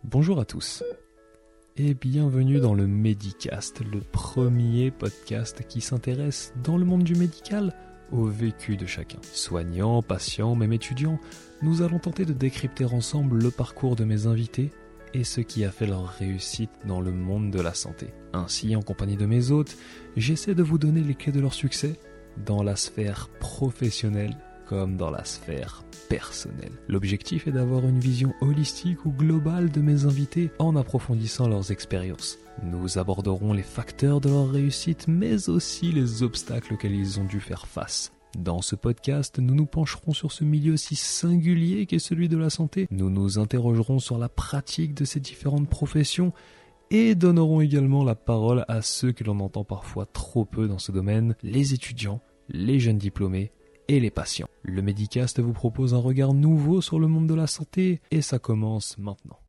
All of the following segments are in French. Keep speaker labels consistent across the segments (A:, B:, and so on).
A: Bonjour à tous et bienvenue dans le Medicast, le premier podcast qui s'intéresse dans le monde du médical au vécu de chacun. Soignants, patients, même étudiants, nous allons tenter de décrypter ensemble le parcours de mes invités et ce qui a fait leur réussite dans le monde de la santé. Ainsi, en compagnie de mes hôtes, j'essaie de vous donner les clés de leur succès dans la sphère professionnelle comme dans la sphère personnelle. L'objectif est d'avoir une vision holistique ou globale de mes invités en approfondissant leurs expériences. Nous aborderons les facteurs de leur réussite, mais aussi les obstacles auxquels ils ont dû faire face. Dans ce podcast, nous nous pencherons sur ce milieu si singulier qu'est celui de la santé. Nous nous interrogerons sur la pratique de ces différentes professions et donnerons également la parole à ceux que l'on entend parfois trop peu dans ce domaine, les étudiants, les jeunes diplômés et les patients. Le Medicast vous propose un regard nouveau sur le monde de la santé et ça commence maintenant.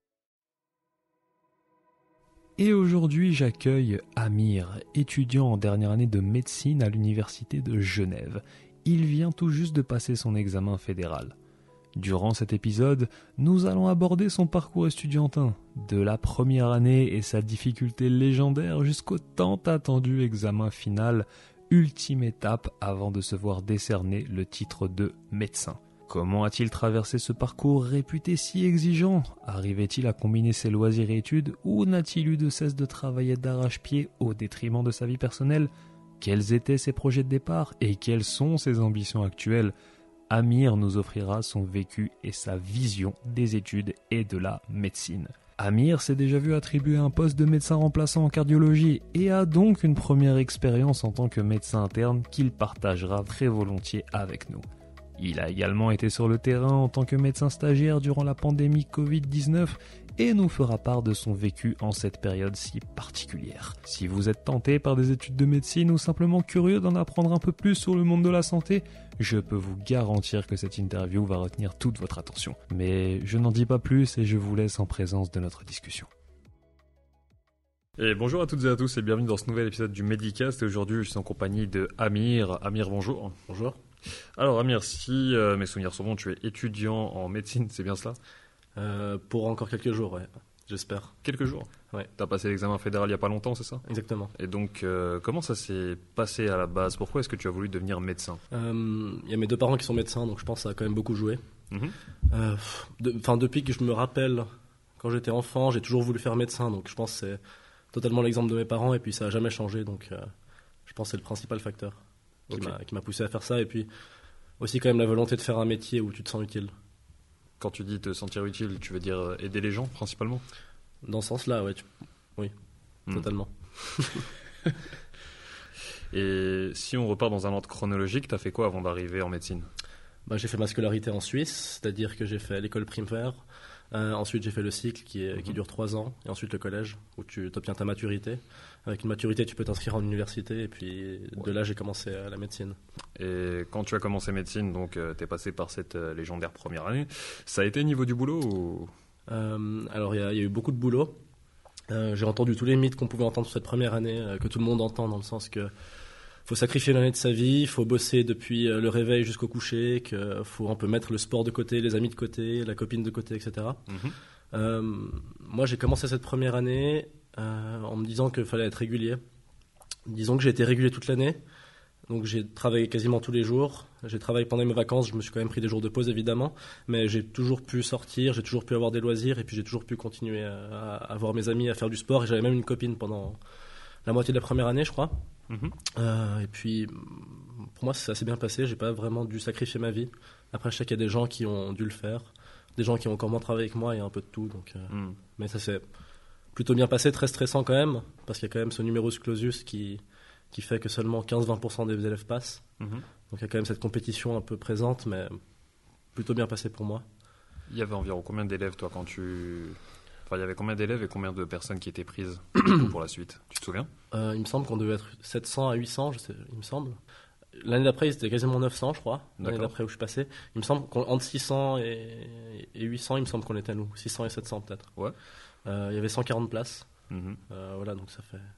A: Et aujourd'hui, j'accueille Amir, étudiant en dernière année de médecine à l'université de Genève. Il vient tout juste de passer son examen fédéral. Durant cet épisode, nous allons aborder son parcours estudiantin, de la première année et sa difficulté légendaire jusqu'au tant attendu examen final, ultime étape avant de se voir décerner le titre de médecin. Comment a-t-il traversé ce parcours réputé si exigeant ? Arrivait-il à combiner ses loisirs et études ou n'a-t-il eu de cesse de travailler d'arrache-pied au détriment de sa vie personnelle ? Quels étaient ses projets de départ et quelles sont ses ambitions actuelles ? Amir nous offrira son vécu et sa vision des études et de la médecine. Amir s'est déjà vu attribuer un poste de médecin remplaçant en cardiologie et a donc une première expérience en tant que médecin interne qu'il partagera très volontiers avec nous. Il a également été sur le terrain en tant que médecin stagiaire durant la pandémie Covid-19 et nous fera part de son vécu en cette période si particulière. Si vous êtes tenté par des études de médecine ou simplement curieux d'en apprendre un peu plus sur le monde de la santé, je peux vous garantir que cette interview va retenir toute votre attention. Mais je n'en dis pas plus et je vous laisse en présence de notre discussion. Et bonjour à toutes et à tous et bienvenue dans ce nouvel épisode du Medicast. Et aujourd'hui, je suis en compagnie de Amir. Amir, bonjour.
B: Bonjour.
A: Alors Amir, si mes souvenirs sont bons, tu es étudiant en médecine, c'est bien cela ?
B: Pour encore quelques jours, ouais, j'espère.
A: Quelques jours ?
B: Ouais.
A: Tu as passé l'examen fédéral il n'y a pas longtemps, c'est ça ?
B: Exactement.
A: Et donc, comment ça s'est passé à la base ? Pourquoi est-ce que tu as voulu devenir médecin ?
B: Il y a mes deux parents qui sont médecins, donc je pense que ça a quand même beaucoup joué. Depuis que je me rappelle, quand j'étais enfant, j'ai toujours voulu faire médecin, donc je pense que c'est totalement l'exemple de mes parents, et puis ça n'a jamais changé, donc je pense que c'est le principal facteur qui m'a poussé à faire ça, et puis aussi quand même la volonté de faire un métier où tu te sens utile.
A: Quand tu dis te sentir utile, tu veux dire aider les gens principalement ?
B: Dans ce sens-là, ouais, oui, totalement.
A: Et si on repart dans un ordre chronologique, tu as fait quoi avant d'arriver en médecine ?
B: J'ai fait ma scolarité en Suisse, c'est-à-dire que j'ai fait l'école primaire. Ensuite, j'ai fait le cycle qui dure 3 ans, et ensuite le collège, où tu obtiens ta maturité. Avec une maturité, tu peux t'inscrire en université, et puis de là, j'ai commencé la médecine.
A: Et quand tu as commencé médecine, donc tu es passé par cette légendaire première année, ça a été niveau du boulot ou...
B: Alors, il y a eu beaucoup de boulot. J'ai entendu tous les mythes qu'on pouvait entendre sur cette première année, que tout le monde entend, dans le sens que faut sacrifier l'année de sa vie, il faut bosser depuis le réveil jusqu'au coucher, qu'il faut un peu mettre le sport de côté, les amis de côté, la copine de côté, etc. Moi, j'ai commencé cette première année en me disant qu'il fallait être régulier. Disons que j'ai été régulier toute l'année, donc j'ai travaillé quasiment tous les jours. J'ai travaillé pendant mes vacances, je me suis quand même pris des jours de pause évidemment, mais j'ai toujours pu sortir, j'ai toujours pu avoir des loisirs, et puis j'ai toujours pu continuer à voir mes amis, à faire du sport, et j'avais même une copine pendant la moitié de la première année, je crois. Et puis, pour moi, ça s'est bien passé. J'ai pas vraiment dû sacrifier ma vie. Après, je sais qu'il y a des gens qui ont dû le faire, des gens qui ont encore moins travaillé que moi, et un peu de tout. Donc, mais ça s'est plutôt bien passé, très stressant quand même, parce qu'il y a quand même ce numerus clausus qui fait que seulement 15-20% des élèves passent. Donc, il y a quand même cette compétition un peu présente, mais plutôt bien passé pour moi.
A: Il y avait environ combien d'élèves, toi, quand tu... Enfin, il y avait combien d'élèves et combien de personnes qui étaient prises pour la suite ? Tu te souviens ?
B: Il me semble qu'on devait être 700 à 800, il me semble. L'année d'après, c'était quasiment 900, je crois. L'année d'après où je suis passé. Il me semble qu'entre 600 et 800, il me semble qu'on était à nous. 600 et 700 peut-être.
A: Ouais.
B: Il y avait 140 places. Voilà, donc ça fait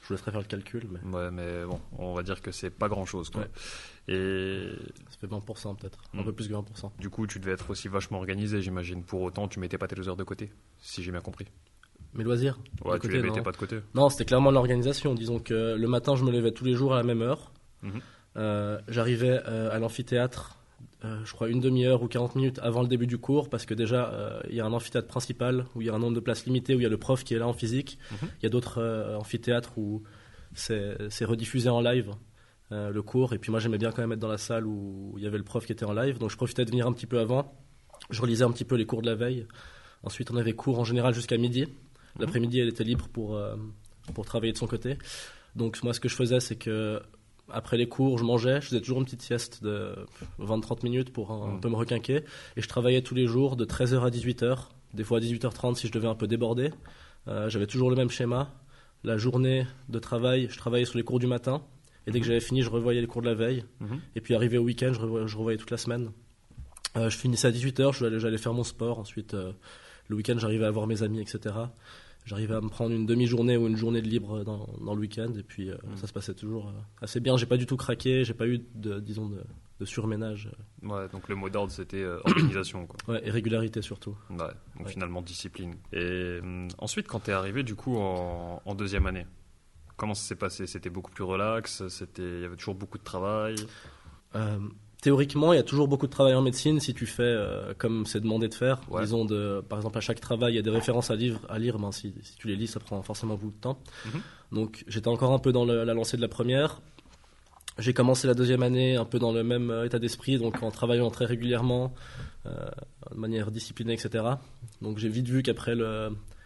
B: Je vous laisserai faire le calcul. Mais...
A: Ouais, mais bon, on va dire que c'est pas grand-chose, quoi.
B: Ouais.
A: Et
B: ça fait 20% peut-être, un peu plus que 20%.
A: Du coup, tu devais être aussi vachement organisé, j'imagine. Pour autant, tu mettais pas tes 2 heures de côté, si j'ai bien compris.
B: Mes loisirs
A: Ouais, tu les mettais
B: non.
A: pas de côté.
B: Non, c'était clairement l'organisation. Disons que le matin, je me levais tous les jours à la même heure. J'arrivais à l'amphithéâtre, je crois une demi-heure ou 40 minutes avant le début du cours, parce que déjà, il y a un amphithéâtre principal où il y a un nombre de places limité, où il y a le prof qui est là en physique. Il y a d'autres amphithéâtres où c'est rediffusé en live, le cours. Et puis moi, j'aimais bien quand même être dans la salle où il y avait le prof qui était en live. Donc je profitais de venir un petit peu avant. Je relisais un petit peu les cours de la veille. Ensuite, on avait cours en général jusqu'à midi. L'après-midi, elle était libre pour travailler de son côté. Donc moi, ce que je faisais, c'est que après les cours, je mangeais, je faisais toujours une petite sieste de 20-30 minutes pour un peu me requinquer. Et je travaillais tous les jours de 13h à 18h, des fois à 18h30 si je devais un peu déborder. J'avais toujours le même schéma. La journée de travail, je travaillais sur les cours du matin. Et dès que j'avais fini, je revoyais les cours de la veille. Et puis arrivé au week-end, je revoyais toute la semaine. Je finissais à 18h, j'allais faire mon sport. Ensuite, le week-end, j'arrivais à voir mes amis, etc. J'arrivais à me prendre une demi-journée ou une journée de libre dans le week-end. Et puis, ça se passait toujours assez bien. J'ai pas du tout craqué. J'ai pas eu de surménage.
A: Ouais, donc le mot d'ordre, c'était organisation, quoi.
B: Ouais, et régularité surtout.
A: Ouais, donc finalement, discipline. Et ensuite, quand t'es arrivé, du coup, en deuxième année, comment ça s'est passé? C'était beaucoup plus relax? Il y avait toujours beaucoup de travail?
B: Théoriquement, il y a toujours beaucoup de travail en médecine si tu fais comme c'est demandé de faire.
A: Ouais.
B: Disons, par exemple, à chaque travail, il y a des références à lire. Ben, si tu les lis, ça prend forcément beaucoup de temps. Donc, j'étais encore un peu dans la lancée de la première. J'ai commencé la deuxième année un peu dans le même état d'esprit, donc en travaillant très régulièrement, de manière disciplinée, etc. Donc, j'ai vite vu qu'après la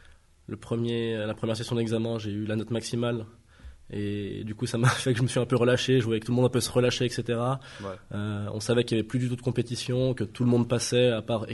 B: première session d'examen, j'ai eu la note maximale. Et du coup, ça m'a fait que je me suis un peu relâché. Je voyais que tout le monde un peu se relâcher, etc.
A: Ouais.
B: On savait qu'il n'y avait plus du tout de compétition, que tout le monde passait à part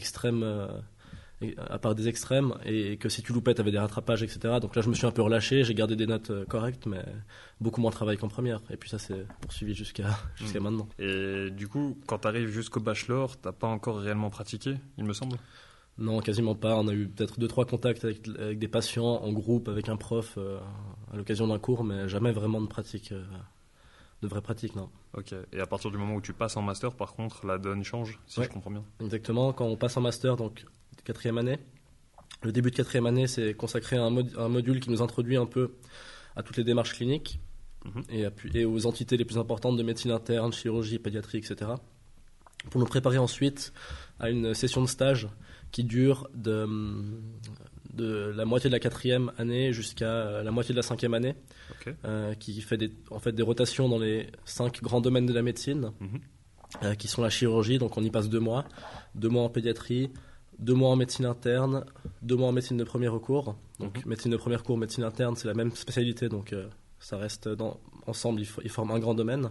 B: des extrêmes, et que si tu loupais, tu avais des rattrapages, etc. Donc là, je me suis un peu relâché. J'ai gardé des notes correctes, mais beaucoup moins de travail qu'en première. Et puis ça s'est poursuivi jusqu'à maintenant.
A: Et du coup, quand tu arrives jusqu'au bachelor, t'as pas encore réellement pratiqué, il me semble?
B: Non, quasiment pas. On a eu peut-être 2-3 contacts avec des patients en groupe, avec un prof à l'occasion d'un cours, mais jamais vraiment de pratique, de vraie pratique, non.
A: Ok. Et à partir du moment où tu passes en master, par contre, la donne change, si je comprends bien.
B: Exactement. Quand on passe en master, donc quatrième année, le début de quatrième année, c'est consacré à un module qui nous introduit un peu à toutes les démarches cliniques et aux entités les plus importantes de médecine interne, chirurgie, pédiatrie, etc. Pour nous préparer ensuite à une session de stage qui dure de la moitié de la quatrième année jusqu'à la moitié de la cinquième année, qui fait des rotations dans les 5 grands domaines de la médecine, qui sont la chirurgie, donc on y passe 2 mois, 2 mois en pédiatrie, 2 mois en médecine interne, 2 mois en médecine de premier recours. Donc médecine de premier recours, médecine interne, c'est la même spécialité, donc ça reste ensemble, ils forment un grand domaine.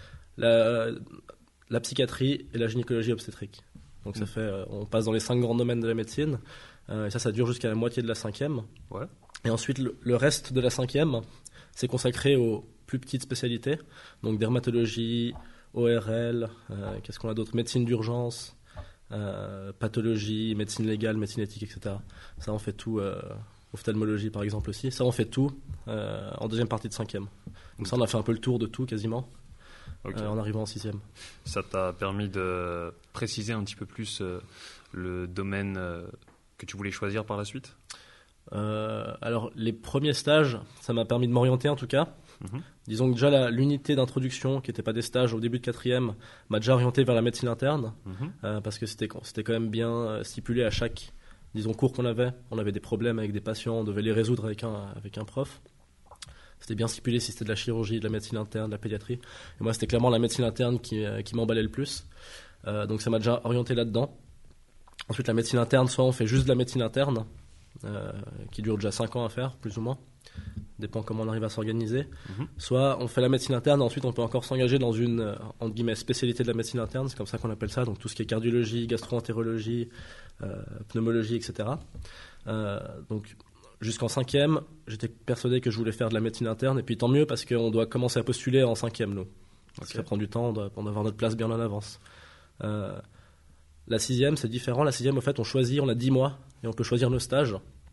B: La psychiatrie et la gynécologie obstétrique. Donc ça fait, on passe dans les 5 grands domaines de la médecine, et ça dure jusqu'à la moitié de la cinquième.
A: Ouais.
B: Et ensuite, le reste de la cinquième, c'est consacré aux plus petites spécialités, donc dermatologie, ORL, qu'est-ce qu'on a d'autre, médecine d'urgence, pathologie, médecine légale, médecine éthique, etc. Ça, on fait tout, ophtalmologie par exemple aussi, ça, on fait tout en deuxième partie de cinquième. Donc ça, on a fait un peu le tour de tout quasiment. En arrivant en sixième.
A: Ça t'a permis de préciser un petit peu plus le domaine que tu voulais choisir par la suite?
B: Alors, les premiers stages, ça m'a permis de m'orienter en tout cas. Disons que déjà l'unité d'introduction, qui n'était pas des stages au début de quatrième, m'a déjà orienté vers la médecine interne, parce que c'était quand même bien stipulé à chaque cours qu'on avait. On avait des problèmes avec des patients, on devait les résoudre avec un prof. C'était bien stipulé si c'était de la chirurgie, de la médecine interne, de la pédiatrie. Et moi, c'était clairement la médecine interne qui m'emballait le plus. Donc ça m'a déjà orienté là-dedans. Ensuite, la médecine interne, soit on fait juste de la médecine interne, qui dure déjà 5 ans à faire, plus ou moins. Dépend comment on arrive à s'organiser. Soit on fait la médecine interne, et ensuite on peut encore s'engager dans une, entre guillemets, spécialité de la médecine interne. C'est comme ça qu'on appelle ça. Donc tout ce qui est cardiologie, gastro-entérologie, pneumologie, etc. Donc jusqu'en cinquième, j'étais persuadé que je voulais faire de la médecine interne, et puis tant mieux parce qu'on doit commencer à postuler en cinquième, nous. Parce que ça prend du temps, on doit avoir notre place bien en avance. La sixième, c'est différent. La sixième, en fait, on a 10 mois, et on peut choisir nos stages.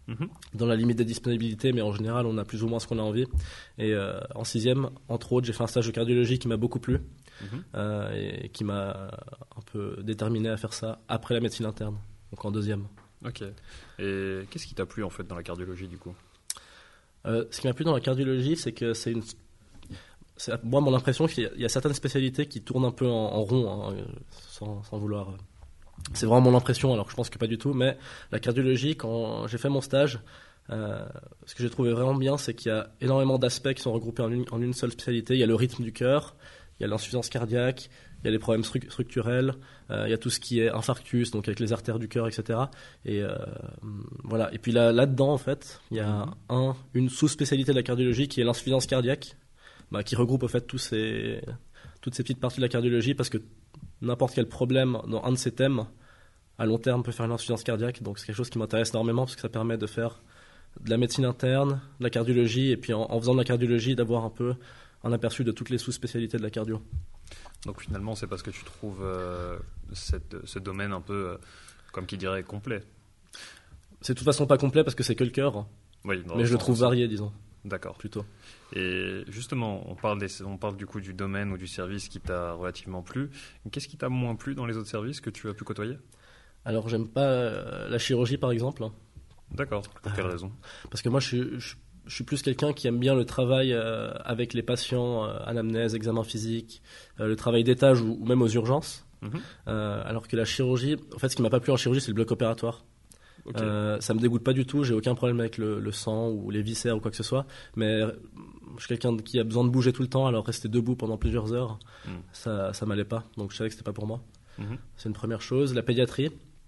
A: Mhm.
B: dans la limite des disponibilités, mais en général, on a plus ou moins ce qu'on a envie. Et en sixième, entre autres, j'ai fait un stage de cardiologie qui m'a beaucoup plu
A: Mhm.
B: et qui m'a un peu déterminé à faire ça après la médecine interne, donc en deuxième.
A: Ok. Et qu'est-ce qui t'a plu en fait dans la cardiologie du coup?
B: Ce qui m'a plu dans la cardiologie, c'est que moi, mon impression qu'il y a certaines spécialités qui tournent un peu en rond, hein, sans vouloir. C'est vraiment mon impression, alors que je pense que pas du tout. Mais la cardiologie, quand j'ai fait mon stage, ce que j'ai trouvé vraiment bien, c'est qu'il y a énormément d'aspects qui sont regroupés en une seule spécialité. Il y a le rythme du cœur, il y a l'insuffisance cardiaque, il y a les problèmes structurels, il y a tout ce qui est infarctus, donc avec les artères du cœur, etc. Et voilà. Et puis là-dedans, en fait, il y a une sous-spécialité de la cardiologie qui est l'insuffisance cardiaque, qui regroupe en fait toutes ces petites parties de la cardiologie, parce que n'importe quel problème dans un de ces thèmes, à long terme, peut faire une insuffisance cardiaque. Donc c'est quelque chose qui m'intéresse énormément, parce que ça permet de faire de la médecine interne, de la cardiologie, et puis en faisant de la cardiologie, d'avoir un peu un aperçu de toutes les sous-spécialités de la cardio.
A: Donc finalement, c'est parce que tu trouves ce domaine un peu, comme qui dirait, complet.
B: C'est de toute façon pas complet parce que c'est que le cœur,
A: Oui, dans
B: mais
A: le
B: je le
A: sens
B: trouve
A: où-
B: varié, disons,
A: D'accord.
B: plutôt.
A: Et justement, on parle du coup du domaine ou du service qui t'a relativement plu. Qu'est-ce qui t'a moins plu dans les autres services que tu as pu côtoyer?
B: Alors j'aime pas la chirurgie, par exemple,
A: D'accord. Pour quelle raison?
B: parce que moi je suis plus quelqu'un qui aime bien le travail avec les patients, anamnèse, examen physique, le travail d'étage ou même aux urgences.
A: Mhm.
B: Alors que la chirurgie, en fait, ce qui m'a pas plu en chirurgie, c'est le bloc opératoire.
A: Ok.
B: Ça me dégoûte pas du tout, j'ai aucun problème avec le sang ou les viscères ou quoi que ce soit, mais je suis quelqu'un qui a besoin de bouger tout le temps, alors rester debout pendant plusieurs heures, ça m'allait pas, donc je savais que c'était pas pour moi.
A: Mhm.
B: C'est une première chose. La pédiatrie,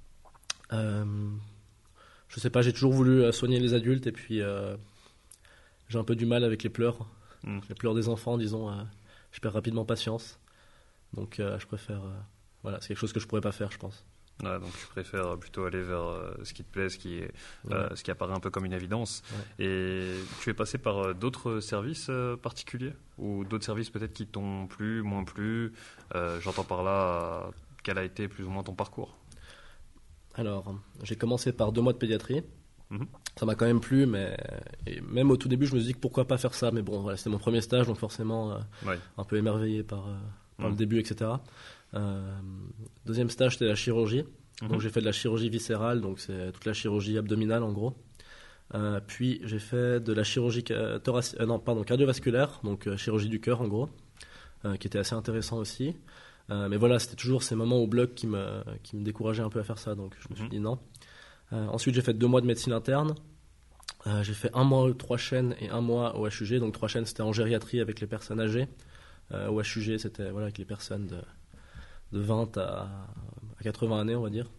B: je sais pas, j'ai toujours voulu soigner les adultes, et puis j'ai un peu du mal avec les pleurs.
A: Mhm.
B: Les pleurs des enfants, disons, je perds rapidement patience, donc je préfère. Voilà, c'est quelque chose que je pourrais pas faire, je pense.
A: Ouais, donc tu préfères plutôt aller vers ce qui te plaît, ce qui apparaît un peu comme une évidence.
B: Ouais.
A: Et tu es passé par d'autres services particuliers ou d'autres services peut-être qui t'ont plu, moins plu. J'entends par là quel a été plus ou moins ton parcours.
B: Alors, j'ai commencé par 2 mois de pédiatrie.
A: Mhm.
B: Ça m'a quand même plu, mais et même au tout début, je me suis dit que pourquoi pas faire ça. Mais bon, voilà, c'était mon premier stage, donc forcément
A: Ouais.
B: un peu émerveillé par le début, etc. Deuxième stage, c'était la chirurgie. Donc j'ai fait de la chirurgie viscérale, donc c'est toute la chirurgie abdominale en gros. Puis j'ai fait de la chirurgie cardiovasculaire, donc chirurgie du cœur en gros, qui était assez intéressant aussi. Mais voilà, c'était toujours ces moments au bloc qui me décourageaient un peu à faire ça, donc je me suis dit non. Ensuite, j'ai fait 2 mois de médecine interne. J'ai fait 1 mois au 3 Chênes et 1 mois au HUG. Donc 3 Chênes, c'était en gériatrie avec les personnes âgées. Au HUG, c'était voilà, avec les personnes de 20 à 80 années, on va dire.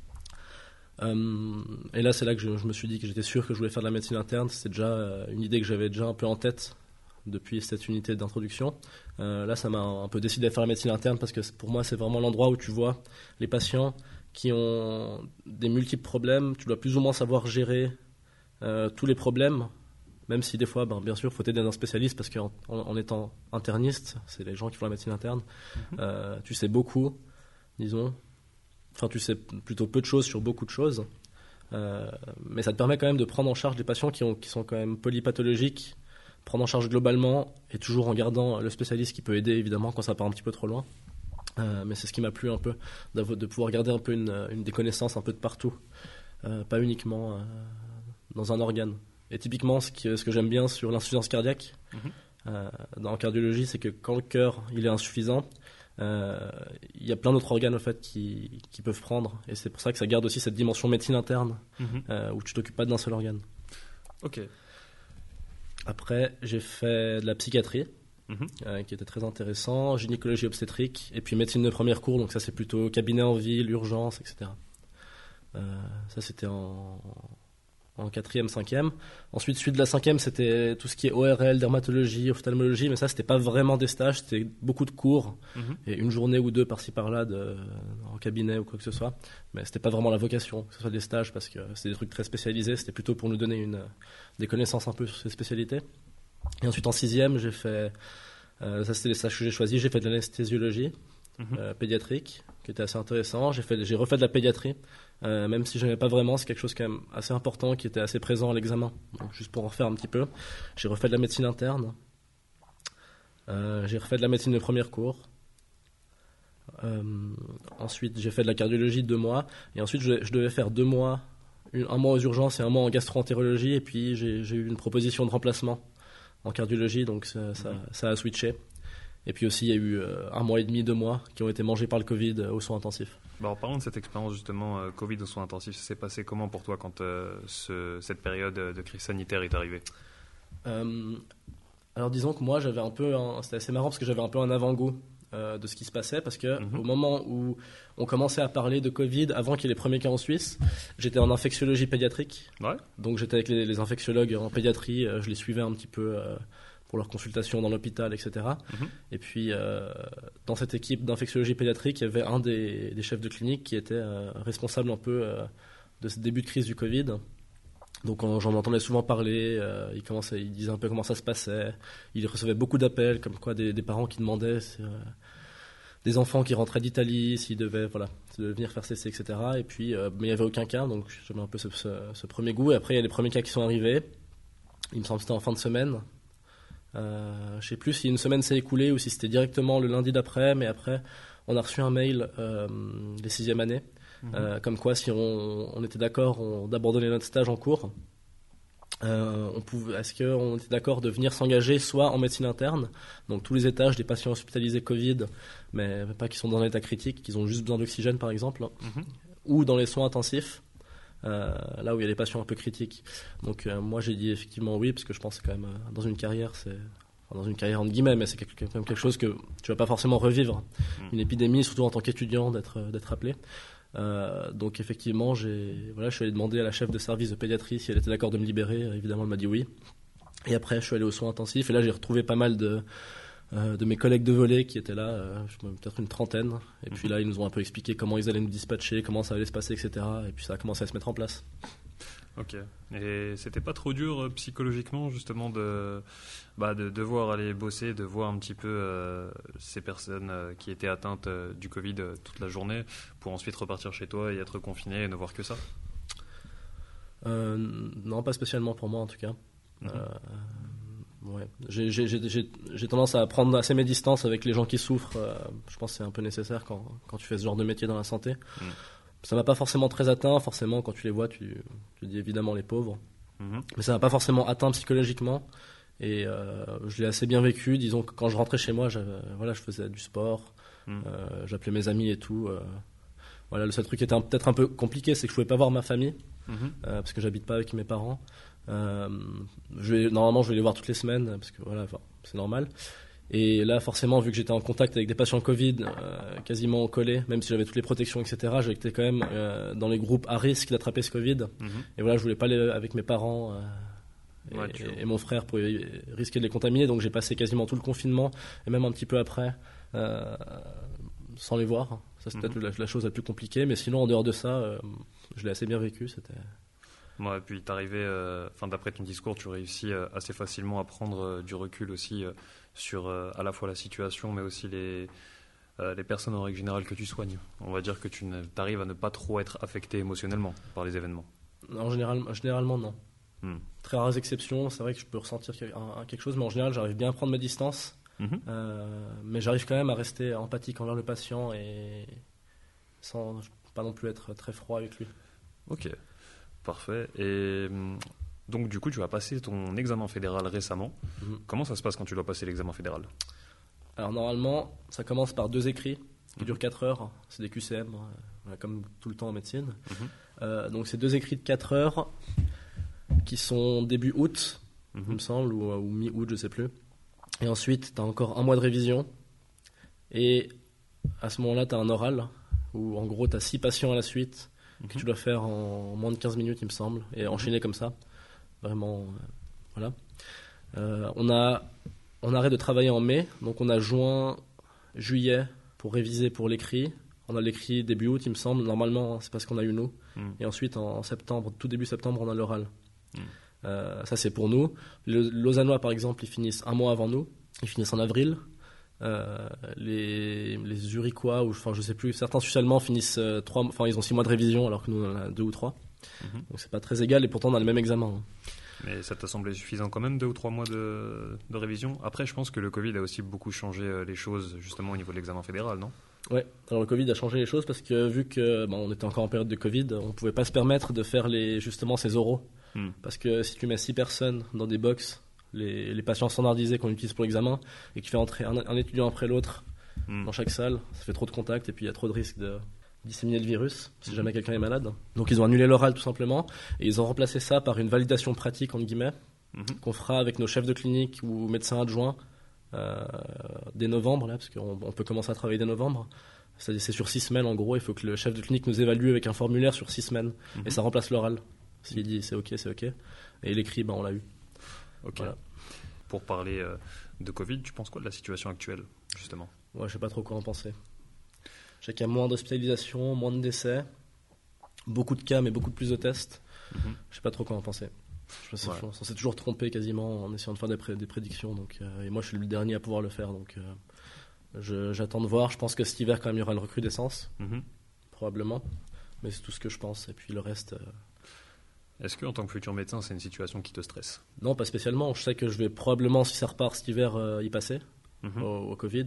B: Et là, c'est là que je me suis dit que j'étais sûr que je voulais faire de la médecine interne. C'était déjà une idée que j'avais déjà un peu en tête depuis cette unité d'introduction. Là, ça m'a un peu décidé à faire la médecine interne, parce que pour moi, c'est vraiment l'endroit où tu vois les patients qui ont des multiples problèmes. Tu dois plus ou moins savoir gérer tous les problèmes, même si des fois, bien sûr, il faut t'aider d'un spécialiste, parce qu'en étant interniste, c'est les gens qui font la médecine interne, tu sais beaucoup, disons. Enfin, tu sais plutôt peu de choses sur beaucoup de choses. Mais ça te permet quand même de prendre en charge des patients qui sont quand même polypathologiques, prendre en charge globalement, et toujours en gardant le spécialiste qui peut aider, évidemment, quand ça part un petit peu trop loin. Mais c'est ce qui m'a plu un peu, de pouvoir garder un peu des connaissances un peu de partout, pas uniquement dans un organe. Et typiquement, ce que j'aime bien sur l'insuffisance cardiaque, dans la cardiologie, c'est que quand le cœur il est insuffisant, il y a plein d'autres organes, en fait, qui peuvent prendre, et c'est pour ça que ça garde aussi cette dimension médecine interne, où tu t'occupes pas d'un seul organe.
A: Ok.
B: Après, j'ai fait de la psychiatrie, qui était très intéressant, gynécologie obstétrique, et puis médecine de première cours, donc ça c'est plutôt cabinet en ville, urgence, etc. Ça c'était en 4e, 5e. Ensuite, suite de la 5e, c'était tout ce qui est ORL, dermatologie, ophtalmologie, mais ça c'était pas vraiment des stages, c'était beaucoup de cours, et une journée ou deux par-ci par-là en cabinet ou quoi que ce soit, mais c'était pas vraiment la vocation que ce soit des stages, parce que c'était des trucs très spécialisés, c'était plutôt pour nous donner des connaissances un peu sur ces spécialités. Et ensuite en 6e, j'ai fait, ça c'était les stages que j'ai choisis, j'ai fait de l'anesthésiologie pédiatrique, qui était assez intéressant. J'ai refait de la pédiatrie, même si je n'aimais pas vraiment, c'est quelque chose quand même assez important qui était assez présent à l'examen. Donc, juste pour en refaire un petit peu, j'ai refait de la médecine interne, j'ai refait de la médecine de premier cours. Ensuite, j'ai fait de la cardiologie 2 mois, et ensuite je devais faire 2 mois, un mois aux urgences et un mois en gastro-entérologie, et puis j'ai eu une proposition de remplacement en cardiologie, donc ça a switché. Et puis aussi, il y a eu 1 mois et demi, 2 mois qui ont été mangés par le Covid aux soins intensifs.
A: En parlant de cette expérience justement Covid aux soins intensifs, ça s'est passé comment pour toi quand cette période de crise sanitaire est arrivée?
B: Alors disons que moi, c'était assez marrant parce que j'avais un peu un avant-goût de ce qui se passait, parce que au moment où on commençait à parler de Covid, avant qu'il y ait les premiers cas en Suisse, j'étais en infectiologie pédiatrique.
A: Ouais.
B: Donc j'étais avec les infectiologues en pédiatrie, je les suivais un petit peu pour leurs consultations dans l'hôpital, etc. Et puis dans cette équipe d'infectiologie pédiatrique, il y avait un des chefs de clinique qui était responsable un peu de ce début de crise du Covid. Donc j'en entendais souvent parler, il disait un peu comment ça se passait, il recevait beaucoup d'appels, comme quoi des parents qui demandaient des enfants qui rentraient d'Italie, s'ils devaient venir faire CC, etc. Et puis, mais il n'y avait aucun cas, donc j'avais un peu ce premier goût. Et après, il y a les premiers cas qui sont arrivés, il me semble que c'était en fin de semaine. Je ne sais plus si une semaine s'est écoulée ou si c'était directement le lundi d'après, mais après, on a reçu un mail des 6e années. Comme quoi, si on était d'accord d'abandonner notre stage en cours, est-ce qu'on était d'accord de venir s'engager soit en médecine interne, donc tous les étages des patients hospitalisés Covid, mais pas qui sont dans un état critique, qui ont juste besoin d'oxygène par exemple, ou dans les soins intensifs, là où il y a des patients un peu critiques. Donc moi j'ai dit effectivement oui, parce que je pense que quand même dans une carrière, dans une carrière entre guillemets, mais c'est quand même quelque chose que tu vas pas forcément revivre. Une épidémie, surtout en tant qu'étudiant, d'être appelé. Donc effectivement, je suis allé demander à la chef de service de pédiatrie si elle était d'accord de me libérer. Évidemment, elle m'a dit oui. Et après, je suis allé aux soins intensifs. Et là, j'ai retrouvé pas mal de mes collègues de volley qui étaient là, peut-être une trentaine. Et puis là, ils nous ont un peu expliqué comment ils allaient nous dispatcher, comment ça allait se passer, etc. Et puis ça a commencé à se mettre en place.
A: Ok. Et c'était pas trop dur psychologiquement justement de devoir aller bosser, de voir un petit peu ces personnes qui étaient atteintes du Covid toute la journée pour ensuite repartir chez toi et être confiné et ne voir que ça?
B: Non, pas spécialement pour moi en tout cas. Ouais. J'ai tendance à prendre assez mes distances avec les gens qui souffrent. Je pense que c'est un peu nécessaire quand tu fais ce genre de métier dans la santé. Ça m'a pas forcément très atteint, forcément quand tu les vois tu dis évidemment les pauvres, mais ça m'a pas forcément atteint psychologiquement, et je l'ai assez bien vécu. Disons que quand je rentrais chez moi, je faisais du sport, j'appelais mes amis et tout. Le seul truc qui était peut-être un peu compliqué, c'est que je pouvais pas voir ma famille, parce que j'habite pas avec mes parents. Normalement je vais les voir toutes les semaines, parce que c'est normal. Et là, forcément, vu que j'étais en contact avec des patients Covid, quasiment collés, même si j'avais toutes les protections, etc., j'étais quand même dans les groupes à risque d'attraper ce Covid. Et je voulais pas aller avec mes parents et mon frère pour risquer de les contaminer. Donc j'ai passé quasiment tout le confinement, et même un petit peu après, sans les voir. Ça, c'est peut-être la chose la plus compliquée. Mais sinon, en dehors de ça, je l'ai assez bien vécu.
A: Ouais, et puis t'arrivais, d'après ton discours, tu réussis assez facilement à prendre du recul aussi sur à la fois la situation, mais aussi les personnes en règle générale que tu soignes. On va dire que tu arrives à ne pas trop être affecté émotionnellement par les événements.
B: En généralement, non. Très rares exceptions, c'est vrai que je peux ressentir quelque chose, mais en général, j'arrive bien à prendre mes distances. Mais j'arrive quand même à rester empathique envers le patient et sans pas non plus être très froid avec lui.
A: Ok. Parfait. Et donc, du coup, tu vas passer ton examen fédéral récemment. Comment ça se passe quand tu dois passer l'examen fédéral?
B: Alors, normalement, ça commence par 2 écrits qui durent 4 heures. C'est des QCM, comme tout le temps en médecine. Donc, c'est 2 écrits de 4 heures qui sont début août, il me semble, ou mi-août, je sais plus. Et ensuite, tu as encore 1 mois de révision. Et à ce moment-là, tu as un oral où, en gros, tu as 6 patients à la suite que tu dois faire en moins de 15 minutes, il me semble, et enchaîner comme ça. Vraiment, voilà. On arrête de travailler en mai, donc on a juin, juillet pour réviser pour l'écrit. On a l'écrit début août, il me semble. Normalement, c'est parce qu'on a eu nous. Et ensuite, en septembre, tout début septembre, on a l'oral. Ça, c'est pour nous. Les Lausannois, par exemple, ils finissent 1 mois avant nous. Ils finissent en avril. Les Zurichois, ou enfin je sais plus, certains Suisses allemands finissent ils ont 6 mois de révision alors que nous on en a 2 ou 3. Donc c'est pas très égal et pourtant on a le même examen. Hein.
A: Mais ça t'a semblé suffisant quand même, 2 ou 3 mois de révision? Après, je pense que le Covid a aussi beaucoup changé les choses, justement au niveau de l'examen fédéral, non?
B: Ouais, alors le Covid a changé les choses parce que vu que on était encore en période de Covid, on pouvait pas se permettre de faire justement ces oraux. Parce que si tu mets 6 personnes dans des box, les patients standardisés qu'on utilise pour l'examen, et que tu fais entrer un étudiant après l'autre dans chaque salle, ça fait trop de contacts et puis il y a trop de risques de disséminer le virus si jamais quelqu'un est malade. Donc ils ont annulé l'oral tout simplement et ils ont remplacé ça par une validation pratique entre guillemets qu'on fera avec nos chefs de clinique ou médecins adjoints dès novembre là, parce qu'on peut commencer à travailler dès novembre. C'est sur 6 semaines en gros, il faut que le chef de clinique nous évalue avec un formulaire sur 6 semaines et ça remplace l'oral. S'il dit c'est ok, c'est ok. Et l'écrit, on l'a eu.
A: Ok. Voilà. Pour parler de Covid, tu penses quoi de la situation actuelle, justement?
B: Ouais, je sais pas trop quoi en penser. Je sais qu'il y a moins d'hospitalisations, moins de décès, beaucoup de cas, mais beaucoup plus de tests. Je sais pas trop quoi en penser. On s'est toujours trompé quasiment en essayant de faire des prédictions. Donc, et moi, je suis le dernier à pouvoir le faire. Donc, j'attends de voir. Je pense que cet hiver, quand même, il y aura une recrudescence. Probablement. Mais c'est tout ce que je pense. Et puis le reste...
A: Est-ce qu'en tant que futur médecin, c'est une situation qui te stresse?
B: Non, pas spécialement. Je sais que je vais probablement, si ça repart cet hiver, y passer au Covid.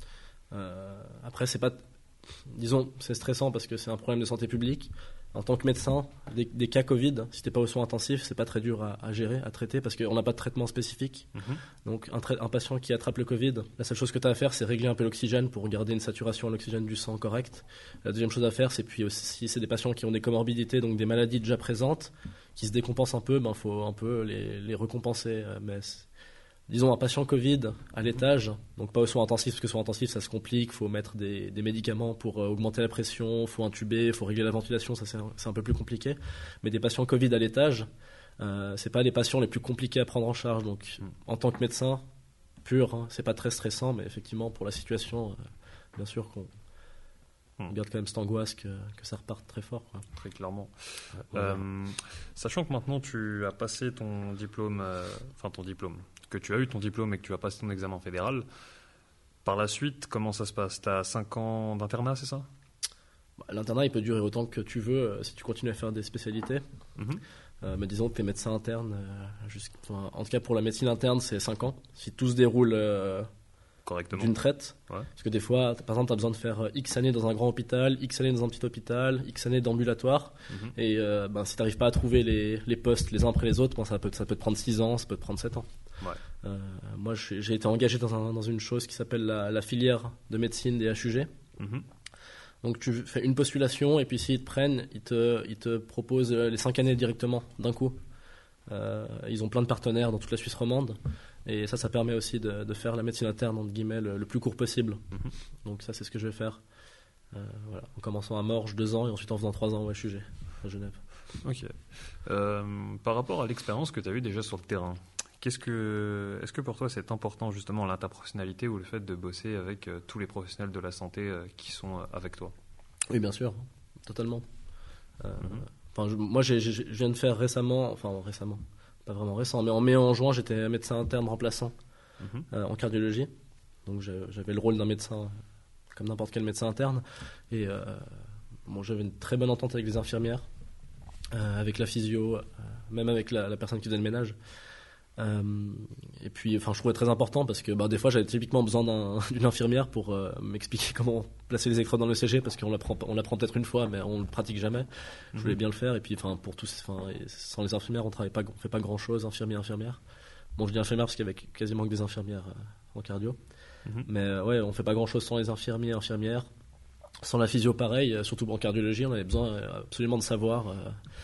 B: Après, c'est pas... Disons, c'est stressant parce que c'est un problème de santé publique. En tant que médecin, des cas Covid, si t'es pas au soin intensif, c'est pas très dur à gérer, à traiter, parce qu'on n'a pas de traitement spécifique. Donc un patient qui attrape le Covid, la seule chose que tu as à faire, c'est régler un peu l'oxygène pour garder une saturation en oxygène du sang correcte. La deuxième chose à faire, c'est puis aussi, c'est des patients qui ont des comorbidités, donc des maladies déjà présentes, qui se décompensent un peu, faut un peu les récompenser. Mais disons un patient Covid à l'étage, donc pas aux soins intensifs, parce que soins intensifs ça se complique, il faut mettre des médicaments pour augmenter la pression, il faut intuber, il faut régler la ventilation, ça c'est un peu plus compliqué. Mais des patients Covid à l'étage, c'est pas les patients les plus compliqués à prendre en charge. Donc en tant que médecin pur, c'est pas très stressant, mais effectivement pour la situation, bien sûr qu'on garde quand même cette angoisse que ça reparte très fort, quoi.
A: Très clairement. Sachant que maintenant tu as passé ton diplôme, que tu as eu ton diplôme et que tu as passé ton examen fédéral, par la suite, comment ça se passe? Tu as 5 ans d'internat, c'est ça?
B: L'internat, il peut durer autant que tu veux si tu continues à faire des spécialités. Mais disons que tu es médecin interne, en tout cas pour la médecine interne, c'est 5 ans. Si tout se déroule correctement, d'une traite. Parce que des fois, par exemple, tu as besoin de faire X années dans un grand hôpital, X années dans un petit hôpital, X années d'ambulatoire. Et si tu n'arrives pas à trouver les postes les uns après les autres, ça peut te prendre 6 ans, ça peut te prendre 7 ans. Moi, j'ai été engagé dans une chose qui s'appelle la filière de médecine des HUG. Donc tu fais une postulation et puis s'ils te prennent, ils te proposent les 5 années directement d'un coup. Ils ont plein de partenaires dans toute la Suisse romande et ça permet aussi de faire la médecine interne entre guillemets le plus court possible. Donc ça c'est ce que je vais faire. En commençant à Morges 2 ans et ensuite en faisant 3 ans au HUG à Genève.
A: Ok. Par rapport à l'expérience que tu as eue déjà sur le terrain, est-ce que pour toi c'est important justement l'interprofessionnalité ou le fait de bosser avec tous les professionnels de la santé qui sont avec toi?
B: Oui, bien sûr, totalement. Moi, je viens de faire récemment, pas vraiment récent, mais en mai en juin, j'étais médecin interne remplaçant en cardiologie. Donc j'avais le rôle d'un médecin comme n'importe quel médecin interne. Et j'avais une très bonne entente avec les infirmières, avec la physio, même avec la personne qui faisait le ménage. Et puis je trouvais très important parce que des fois j'avais typiquement besoin d'une infirmière pour m'expliquer comment placer les électrodes dans le CG parce qu'on l'apprend peut-être une fois mais on le pratique jamais. Je voulais bien le faire et puis pour tous, sans les infirmières on fait pas grand chose, infirmière. Bon, je dis infirmière parce qu'il y avait quasiment que des infirmières en cardio, mais on fait pas grand chose sans les infirmières, sans la physio pareil, surtout en cardiologie on avait besoin absolument de savoir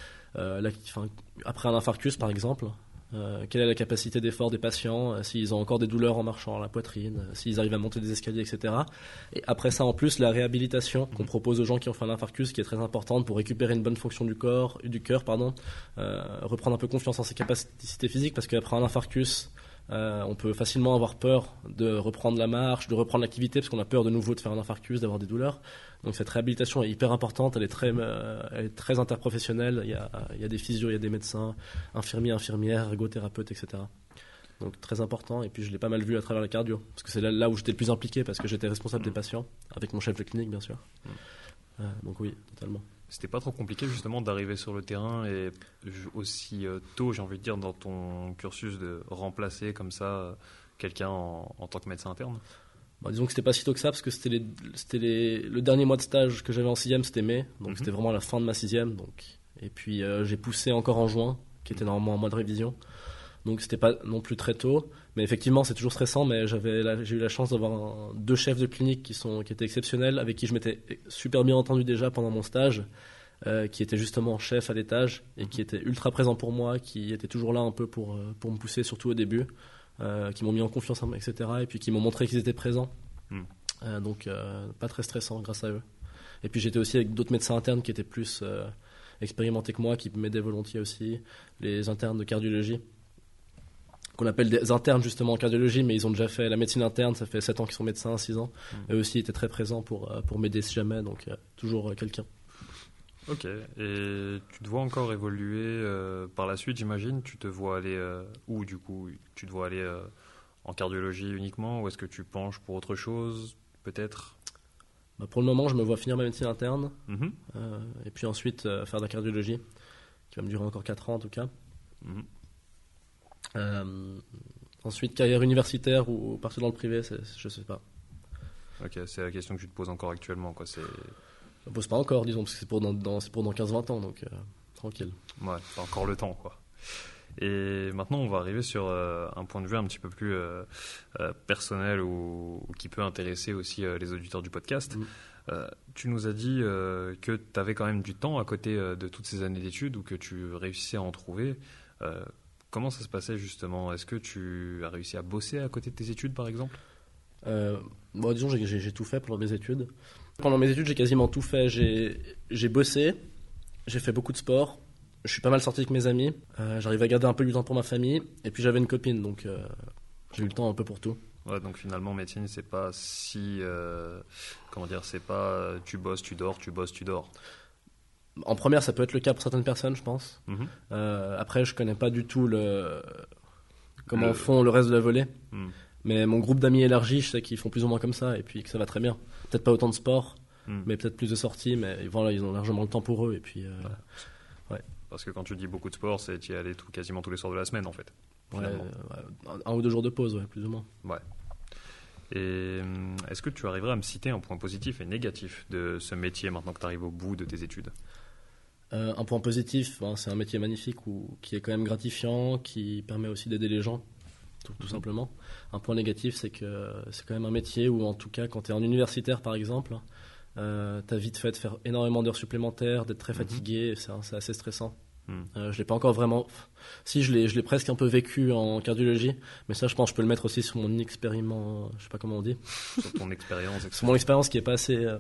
B: après un infarctus par exemple. Quelle est la capacité d'effort des patients, s'ils ont encore des douleurs en marchant à la poitrine, s'ils arrivent à monter des escaliers, etc. Et après ça, en plus, la réhabilitation qu'on propose aux gens qui ont fait un infarctus, qui est très importante pour récupérer une bonne fonction du cœur, reprendre un peu confiance en ses capacités physiques, parce qu'après un infarctus, on peut facilement avoir peur de reprendre la marche, de reprendre l'activité, parce qu'on a peur de nouveau de faire un infarctus, d'avoir des douleurs. Donc cette réhabilitation est hyper importante, elle est très interprofessionnelle. Il y a des physios, il y a des médecins, infirmiers, infirmières, ergothérapeutes, etc. donc très important. Et puis je l'ai pas mal vu à travers la cardio, parce que c'est là où j'étais le plus impliqué, parce que j'étais responsable des patients, avec mon chef de clinique bien sûr. Donc oui, totalement.
A: C'était pas trop compliqué justement d'arriver sur le terrain et aussi tôt, j'ai envie de dire, dans ton cursus de remplacer comme ça quelqu'un en tant que médecin interne?
B: Disons que c'était pas si tôt que ça, parce que le dernier mois de stage que j'avais en 6e, c'était mai, donc c'était vraiment la fin de ma 6e. Donc. Et puis j'ai poussé encore en juin, qui était normalement un mois de révision. Donc c'était pas non plus très tôt, mais effectivement c'est toujours stressant. Mais j'ai eu la chance d'avoir 2 chefs de clinique qui étaient exceptionnels, avec qui je m'étais super bien entendu déjà pendant mon stage, qui étaient justement chef à l'étage et qui étaient ultra présents pour moi, qui étaient toujours là un peu pour me pousser, surtout au début, qui m'ont mis en confiance, etc. Et puis qui m'ont montré qu'ils étaient présents. Donc pas très stressant grâce à eux. Et puis j'étais aussi avec d'autres médecins internes qui étaient plus expérimentés que moi, qui m'aidaient volontiers aussi, les internes de cardiologie, qu'on appelle des internes justement en cardiologie, mais ils ont déjà fait la médecine interne, ça fait 7 ans qu'ils sont médecins, 6 ans. Eux aussi étaient très présents pour m'aider si jamais, donc toujours quelqu'un.
A: Ok, et tu te vois encore évoluer par la suite, j'imagine? Tu te vois aller où du coup? Tu te vois aller en cardiologie uniquement, ou est-ce que tu penches pour autre chose, peut-être?
B: Pour le moment, je me vois finir ma médecine interne, et puis ensuite faire de la cardiologie, qui va me durer encore 4 ans en tout cas. Ensuite, carrière universitaire ou partir dans le privé, je sais pas.
A: Ok, c'est la question que tu te poses encore actuellement, quoi.
B: Je ne pose pas encore, disons, parce que c'est pour dans 15-20 ans, donc tranquille.
A: Ouais, t'as encore le temps, quoi. Et maintenant, on va arriver sur un point de vue un petit peu plus personnel ou qui peut intéresser aussi les auditeurs du podcast. Tu nous as dit que tu avais quand même du temps à côté de toutes ces années d'études, ou que tu réussissais à en trouver. Comment ça se passait justement? Est-ce que tu as réussi à bosser à côté de tes études, par exemple?
B: Disons, j'ai tout fait pendant mes études. Pendant mes études, j'ai quasiment tout fait. J'ai bossé, j'ai fait beaucoup de sport, je suis pas mal sorti avec mes amis, j'arrivais à garder un peu du temps pour ma famille, et puis j'avais une copine, donc j'ai eu le temps un peu pour tout.
A: Ouais, donc finalement, médecine, c'est pas si... comment dire, c'est pas tu bosses, tu dors, tu bosses, tu dors.
B: En première, ça peut être le cas pour certaines personnes, je pense. Après, je connais pas du tout comment font le reste de la volée. Mais mon groupe d'amis élargi, je sais qu'ils font plus ou moins comme ça, et puis que ça va très bien. Peut-être pas autant de sport, mais peut-être plus de sorties, mais voilà, ils ont largement le temps pour eux. Et puis, ouais.
A: Parce que quand tu dis beaucoup de sport, c'est d'y aller quasiment tous les soirs de la semaine, en fait.
B: Ouais, 1 ou 2 jours de pause, ouais, plus ou moins.
A: Ouais. Et est-ce que tu arriverais à me citer un point positif et négatif de ce métier maintenant que tu arrives au bout de tes études?
B: Un point positif, c'est un métier magnifique qui est quand même gratifiant, qui permet aussi d'aider les gens, tout simplement. Un point négatif, c'est que c'est quand même un métier où, en tout cas, quand tu es en universitaire par exemple, t'as vite fait de faire énormément d'heures supplémentaires, d'être très fatigué, c'est assez stressant. Je l'ai pas encore vraiment... Si, je l'ai presque un peu vécu en cardiologie, mais ça, je pense que je peux le mettre aussi sur mon expériment, je sais pas comment on dit.
A: Sur ton expérience.
B: Sur mon expérience qui est pas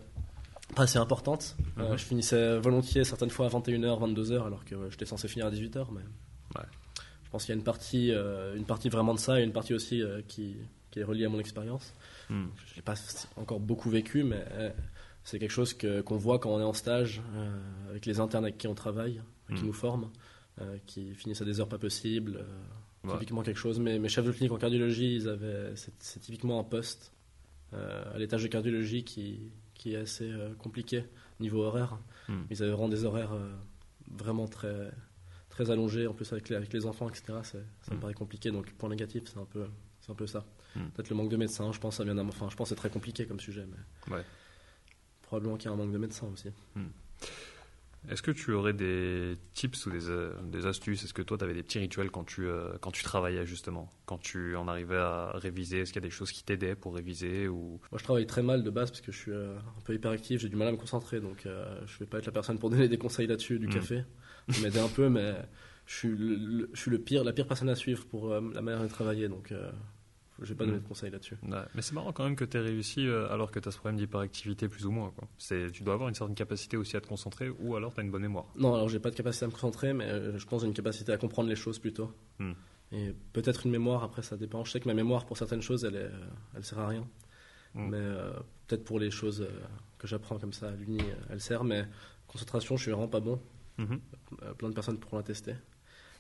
B: assez importante. Je finissais volontiers certaines fois à 21h, 22h, alors que j'étais censé finir à 18h, mais...
A: Ouais.
B: Je pense qu'il y a une partie vraiment de ça, et une partie aussi qui est reliée à mon expérience. Je ne l'ai pas encore beaucoup vécu, mais c'est quelque chose qu'on voit quand on est en stage, avec les internes avec qui on travaille, qui nous forment, qui finissent à des heures pas possibles. Typiquement quelque chose. Mais mes chefs de clinique en cardiologie, c'est typiquement un poste à l'étage de cardiologie qui est assez compliqué niveau horaire. Ils avaient vraiment des horaires vraiment très... très allongé, en plus avec les enfants, etc. Ça me paraît compliqué, donc point négatif, c'est un peu ça. Peut-être le manque de médecins, je pense je pense que c'est très compliqué comme sujet, mais probablement qu'il y a un manque de médecins aussi.
A: Est-ce que tu aurais des tips ou des astuces? Est-ce que toi, tu avais des petits rituels quand tu travaillais justement? Quand tu en arrivais à réviser, est-ce qu'il y a des choses qui t'aidaient pour réviser ou...
B: Moi, je travaille très mal de base parce que je suis un peu hyperactif, j'ai du mal à me concentrer, donc je ne vais pas être la personne pour donner des conseils là-dessus, du café. Ça m'aider un peu, mais je suis la pire personne à suivre pour la manière de travailler, donc je vais pas donner de conseils là-dessus.
A: Ouais, mais c'est marrant quand même que tu aies réussi alors que tu as ce problème d'hyperactivité plus ou moins, quoi. Tu dois avoir une certaine capacité aussi à te concentrer, ou alors tu as une bonne mémoire.
B: Non, alors j'ai pas de capacité à me concentrer, mais je pense que j'ai une capacité à comprendre les choses plutôt. Et peut-être une mémoire, après ça dépend. Je sais que ma mémoire pour certaines choses, elle sert à rien. Mais peut-être pour les choses que j'apprends comme ça à l'uni, elle sert, mais concentration, je suis vraiment pas bon. Plein de personnes pourront l'attester.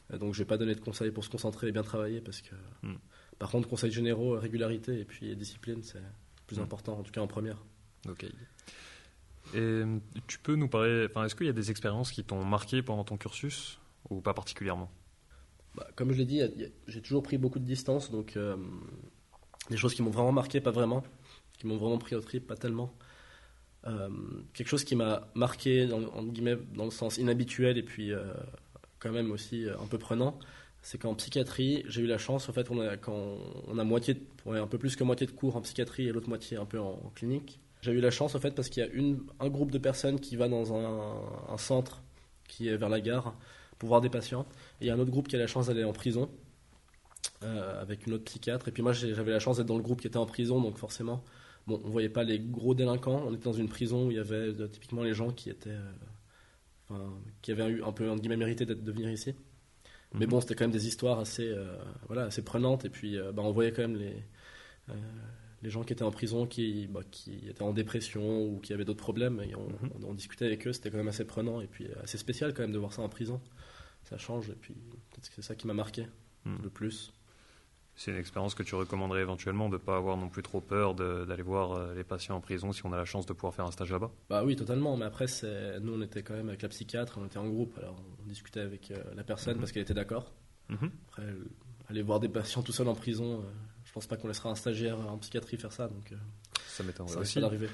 B: Donc je vais pas donner de conseils pour se concentrer et bien travailler parce que par contre conseils généraux, régularité et puis discipline c'est plus important en tout cas en première.
A: Ok. Et tu peux nous parler, est-ce qu'il y a des expériences qui t'ont marqué pendant ton cursus ou pas particulièrement?
B: Comme je l'ai dit, j'ai toujours pris beaucoup de distance donc des choses qui m'ont vraiment marqué, pas vraiment, qui m'ont vraiment pris au trip, pas tellement. Quelque chose qui m'a marqué entre guillemets dans le sens inhabituel et puis quand même aussi un peu prenant, c'est qu'en psychiatrie j'ai eu la chance en fait quand on a un peu plus que moitié de cours en psychiatrie et l'autre moitié un peu en clinique. J'ai eu la chance en fait parce qu'il y a un groupe de personnes qui va dans un centre qui est vers la gare pour voir des patients et il y a un autre groupe qui a la chance d'aller en prison avec une autre psychiatre et puis moi j'avais la chance d'être dans le groupe qui était en prison donc forcément bon, on voyait pas les gros délinquants, on était dans une prison où il y avait typiquement les gens qui avaient eu un peu entre guillemets mérité de venir ici. Mais bon, c'était quand même des histoires assez prenantes et puis on voyait quand même les gens qui étaient en prison qui étaient en dépression ou qui avaient d'autres problèmes et on discutait avec eux, c'était quand même assez prenant et puis assez spécial quand même de voir ça en prison. Ça change et puis peut-être que c'est ça qui m'a marqué le plus.
A: C'est une expérience que tu recommanderais éventuellement de ne pas avoir non plus trop peur d'aller voir les patients en prison si on a la chance de pouvoir faire un stage là-bas?
B: Bah oui, totalement, mais après nous on était quand même avec la psychiatre, on était en groupe, alors on discutait avec la personne parce qu'elle était d'accord. Après, aller voir des patients tout seul en prison, je pense pas qu'on laissera un stagiaire en psychiatrie faire ça, donc
A: ça m'étonnerait
B: ça
A: aussi.
B: risque pas d'arriver.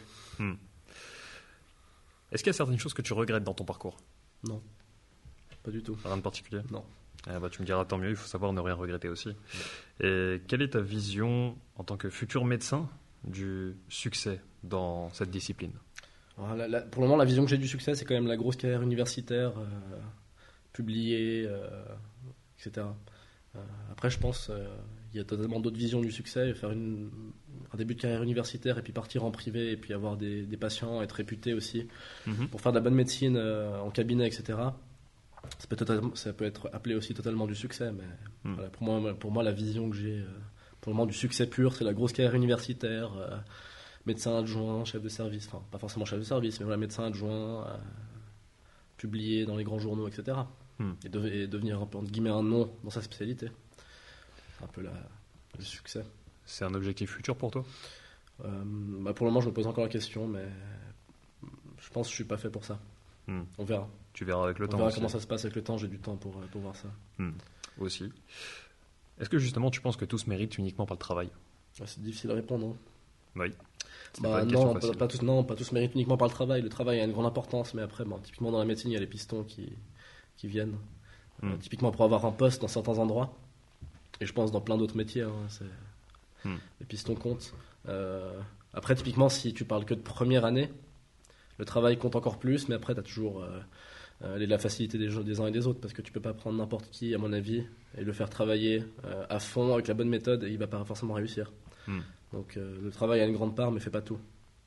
A: Est-ce qu'il y a certaines choses que tu regrettes dans ton parcours?
B: Non, pas du tout.
A: Rien de particulier?
B: Non.
A: Tu me diras tant mieux, il faut savoir ne rien regretter aussi. Et quelle est ta vision en tant que futur médecin du succès dans cette discipline?
B: Alors, pour le moment, la vision que j'ai du succès, c'est quand même la grosse carrière universitaire, publiée, etc. Après, je pense il y a totalement d'autres visions du succès. Faire un début de carrière universitaire et puis partir en privé et puis avoir des patients, être réputé aussi pour faire de la bonne médecine en cabinet, etc. Ça peut être appelé aussi totalement du succès, mais voilà, pour moi, la vision que j'ai pour le moment du succès pur, c'est la grosse carrière universitaire, médecin adjoint, chef de service, enfin pas forcément chef de service, mais voilà, médecin adjoint, publié dans les grands journaux, etc. Et devenir entre guillemets un nom dans sa spécialité. C'est un peu le succès.
A: C'est un objectif futur pour toi?
B: Pour le moment, je me pose encore la question, mais je pense que je suis pas fait pour ça. On verra.
A: Tu verras avec le temps.
B: On verra
A: aussi.
B: comment ça se passe avec le temps. J'ai du temps pour voir ça.
A: Aussi. Est-ce que justement tu penses que tout se mérite uniquement par le travail?
B: C'est difficile à répondre. Hein.
A: Oui.
B: Non, pas tous méritent uniquement par le travail. Le travail a une grande importance, mais après, typiquement dans la médecine, il y a les pistons qui viennent. Typiquement pour avoir un poste dans certains endroits. Et je pense dans plein d'autres métiers, les pistons comptent. Après, typiquement, si tu parles que de première année, le travail compte encore plus, mais après, tu as toujours la facilité des uns et des autres, parce que tu peux pas prendre n'importe qui, à mon avis, et le faire travailler à fond avec la bonne méthode, et il va pas forcément réussir. Donc le travail a une grande part, mais fait pas tout.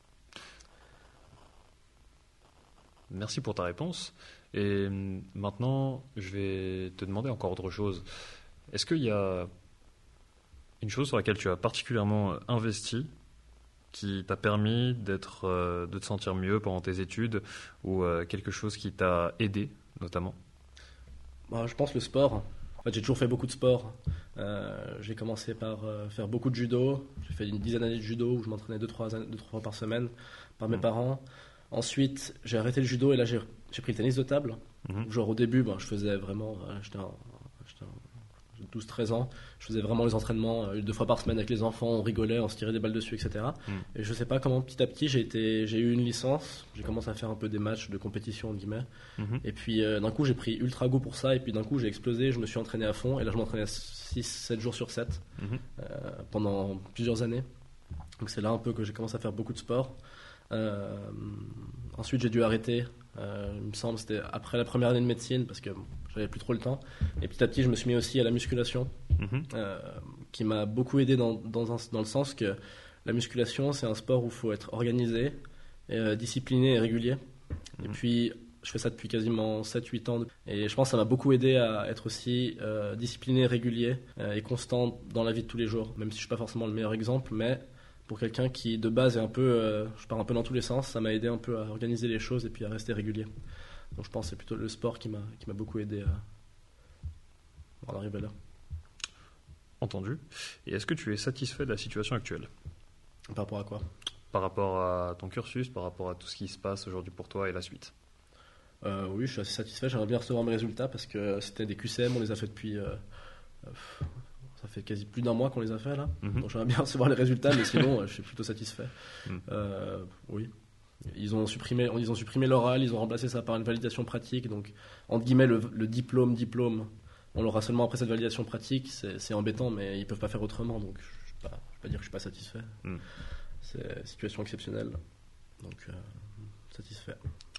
A: Merci pour ta réponse. Et maintenant, je vais te demander encore autre chose. Est-ce qu'il y a une chose sur laquelle tu as particulièrement investi qui t'a permis de te sentir mieux pendant tes études ou quelque chose qui t'a aidé notamment?
B: Je pense le sport. En fait, j'ai toujours fait beaucoup de sport. J'ai commencé par faire beaucoup de judo. J'ai fait une dizaine d'années de judo où je m'entraînais 2-3 fois par semaine par mes parents. Ensuite, j'ai arrêté le judo et là j'ai pris le tennis de table. Genre au début, je faisais vraiment, j'étais 12-13 ans, je faisais vraiment les entraînements 2 fois par semaine avec les enfants, on rigolait, on se tirait des balles dessus, etc. Et je sais pas comment petit à petit j'ai eu une licence, j'ai commencé à faire un peu des matchs de compétition entre guillemets. Et puis d'un coup j'ai pris ultra goût pour ça et puis d'un coup j'ai explosé, je me suis entraîné à fond et là je m'entraînais 6-7 jours sur 7 pendant plusieurs années. Donc c'est là un peu que j'ai commencé à faire beaucoup de sport. Ensuite j'ai dû arrêter, il me semble c'était après la première année de médecine parce que j'avais plus trop le temps et petit à petit je me suis mis aussi à la musculation qui m'a beaucoup aidé dans le sens que la musculation c'est un sport où il faut être organisé, discipliné et régulier et puis je fais ça depuis quasiment 7-8 ans et je pense que ça m'a beaucoup aidé à être aussi discipliné, régulier et constant dans la vie de tous les jours, même si je suis pas forcément le meilleur exemple, mais pour quelqu'un qui de base est un peu, je pars un peu dans tous les sens, ça m'a aidé un peu à organiser les choses et puis à rester régulier. Donc je pense que c'est plutôt le sport qui m'a beaucoup aidé en arriver là.
A: Entendu. Et est-ce que tu es satisfait de la situation actuelle?
B: Par rapport à quoi?
A: Par rapport à ton cursus, par rapport à tout ce qui se passe aujourd'hui pour toi et la suite?
B: Oui, je suis assez satisfait. J'aimerais bien recevoir mes résultats parce que c'était des QCM, on les a fait depuis. Ça fait quasi plus d'un mois qu'on les a fait là. Donc j'aimerais bien recevoir les résultats, mais sinon je suis plutôt satisfait. Oui. Ils ont supprimé l'oral, ils ont remplacé ça par une validation pratique. Donc, entre guillemets, le diplôme, on l'aura seulement après cette validation pratique. C'est embêtant, mais ils peuvent pas faire autrement. Donc, je ne vais pas dire que je suis pas satisfait. C'est une situation exceptionnelle. Donc, satisfait.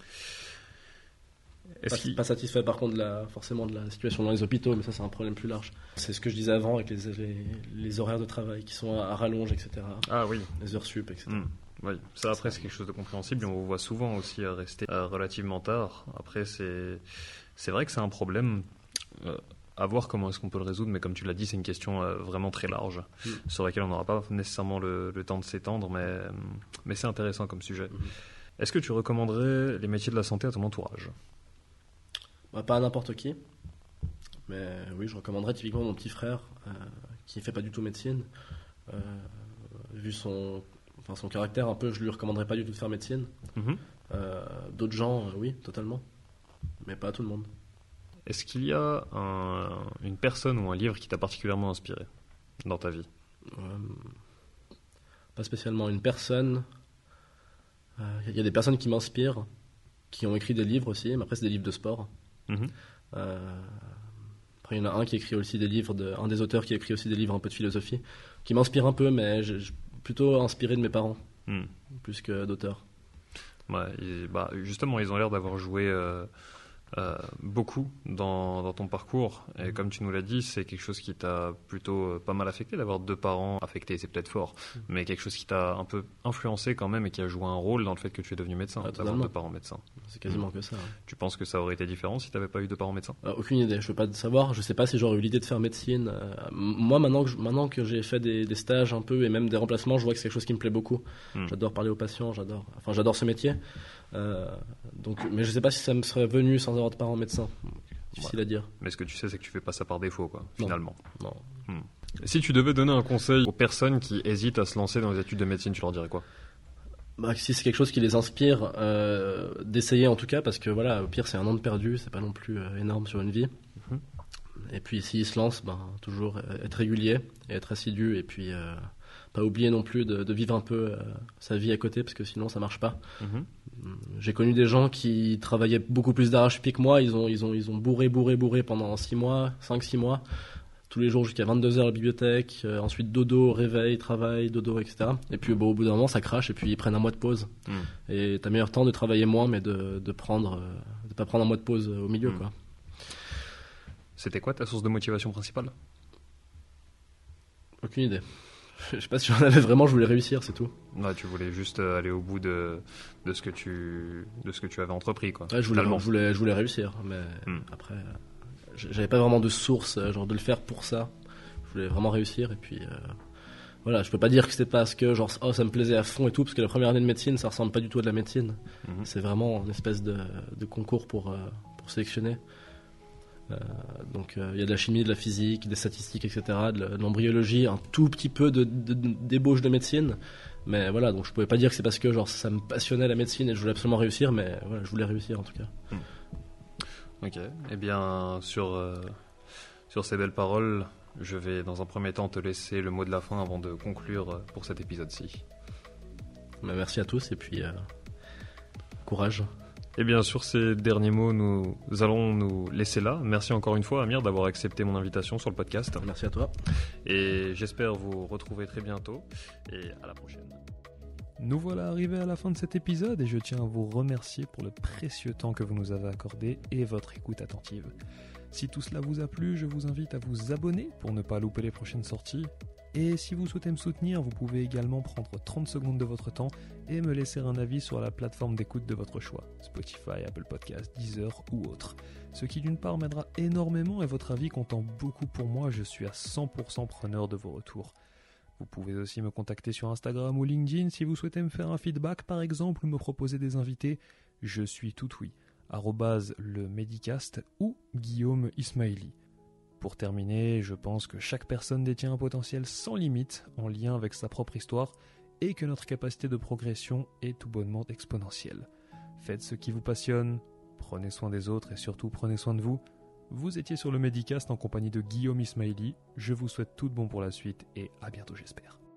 B: Pas satisfait par contre forcément de la situation dans les hôpitaux, mais ça c'est un problème plus large. C'est ce que je disais avant avec les horaires de travail qui sont à rallonge, etc.
A: Ah oui.
B: Les heures sup, etc.
A: Oui, ça après c'est quelque chose de compréhensible et on vous voit souvent aussi rester relativement tard. Après c'est vrai que c'est un problème, à voir comment est-ce qu'on peut le résoudre, mais comme tu l'as dit c'est une question vraiment très large sur laquelle on n'aura pas nécessairement le temps de s'étendre, mais c'est intéressant comme sujet. Est-ce que tu recommanderais les métiers de la santé à ton entourage?
B: Pas à n'importe qui, mais oui je recommanderais typiquement mon petit frère qui ne fait pas du tout médecine, vu son caractère un peu, je lui recommanderais pas du tout de faire médecine. D'autres gens, oui, totalement. Mais pas à tout le monde.
A: Est-ce qu'il y a une personne ou un livre qui t'a particulièrement inspiré dans ta vie?
B: Pas spécialement une personne. Il y a des personnes qui m'inspirent, qui ont écrit des livres aussi, mais après c'est des livres de sport. Après il y en a un qui écrit aussi des livres, un des auteurs qui a écrit aussi des livres un peu de philosophie, qui m'inspire un peu, mais plutôt inspiré de mes parents, plus que d'auteurs.
A: Ouais, justement, ils ont l'air d'avoir joué beaucoup dans ton parcours. Et comme tu nous l'as dit, c'est quelque chose qui t'a plutôt pas mal affecté d'avoir deux parents affectés, c'est peut-être fort, mais quelque chose qui t'a un peu influencé quand même et qui a joué un rôle dans le fait que tu es devenu médecin, d'avoir deux parents médecins.
B: C'est quasiment que ça.
A: Tu penses que ça aurait été différent si tu n'avais pas eu deux parents médecins?
B: Aucune idée, je ne peux pas savoir. Je ne sais pas si j'aurais eu l'idée de faire médecine. Moi, maintenant que j'ai fait des stages un peu et même des remplacements, je vois que c'est quelque chose qui me plaît beaucoup. J'adore parler aux patients, j'adore ce métier. Mais je ne sais pas si ça me serait venu sans avoir de parents médecins. Difficile à dire.
A: Mais ce que tu sais, c'est que tu fais pas ça par défaut, quoi, finalement.
B: Non.
A: Si tu devais donner un conseil aux personnes qui hésitent à se lancer dans les études de médecine, tu leur dirais quoi?
B: Si c'est quelque chose qui les inspire, d'essayer en tout cas, parce que voilà, au pire c'est un an de perdu, c'est pas non plus énorme sur une vie. Et puis s'ils se lancent, toujours être régulier et être assidu, et puis pas oublier non plus de vivre un peu sa vie à côté, parce que sinon ça marche pas. J'ai connu des gens qui travaillaient beaucoup plus d'arrache-pied que moi, ils ont bourré pendant 5-6 mois, tous les jours jusqu'à 22h à la bibliothèque, ensuite dodo, réveil, travail, dodo, etc. Et puis au bout d'un moment ça crache et puis ils prennent un mois de pause. Et t'as meilleur temps de travailler moins, mais de pas prendre un mois de pause au milieu, quoi.
A: C'était quoi ta source de motivation principale?
B: Aucune idée. Je sais pas si j'en avais vraiment, je voulais réussir, c'est tout.
A: Ouais, tu voulais juste aller au bout de ce que tu avais entrepris, quoi.
B: Ouais, je voulais réussir, mais après, j'avais pas vraiment de source, genre de le faire pour ça. Je voulais vraiment réussir, et puis voilà, je peux pas dire que c'était parce que genre ça me plaisait à fond et tout, parce que la première année de médecine, ça ressemble pas du tout à de la médecine. C'est vraiment une espèce de concours pour sélectionner. Donc il y a de la chimie, de la physique, des statistiques, etc., de l'embryologie, un tout petit peu d'ébauche de médecine, mais voilà, donc je pouvais pas dire que c'est parce que genre ça me passionnait la médecine et je voulais absolument réussir, mais voilà, je voulais réussir en tout cas.
A: Ok, eh bien sur ces belles paroles, je vais dans un premier temps te laisser le mot de la fin avant de conclure pour cet épisode-ci.
B: Merci à tous et puis courage.
A: Et bien sur ces derniers mots, nous allons nous laisser là. Merci encore une fois Amir d'avoir accepté mon invitation sur le podcast.
B: Merci à toi.
A: Et j'espère vous retrouver très bientôt et à la prochaine. Nous voilà arrivés à la fin de cet épisode et je tiens à vous remercier pour le précieux temps que vous nous avez accordé et votre écoute attentive. Si tout cela vous a plu, je vous invite à vous abonner pour ne pas louper les prochaines sorties. Et si vous souhaitez me soutenir, vous pouvez également prendre 30 secondes de votre temps et me laisser un avis sur la plateforme d'écoute de votre choix, Spotify, Apple Podcasts, Deezer ou autre. Ce qui d'une part m'aidera énormément et votre avis comptant beaucoup pour moi, je suis à 100% preneur de vos retours. Vous pouvez aussi me contacter sur Instagram ou LinkedIn si vous souhaitez me faire un feedback par exemple ou me proposer des invités. Je suis tout oui, @lemedicast ou Guillaume Ismaili. Pour terminer, je pense que chaque personne détient un potentiel sans limite en lien avec sa propre histoire et que notre capacité de progression est tout bonnement exponentielle. Faites ce qui vous passionne, prenez soin des autres et surtout prenez soin de vous. Vous étiez sur le Medicast en compagnie de Guillaume Ismaili. Je vous souhaite tout de bon pour la suite et à bientôt j'espère.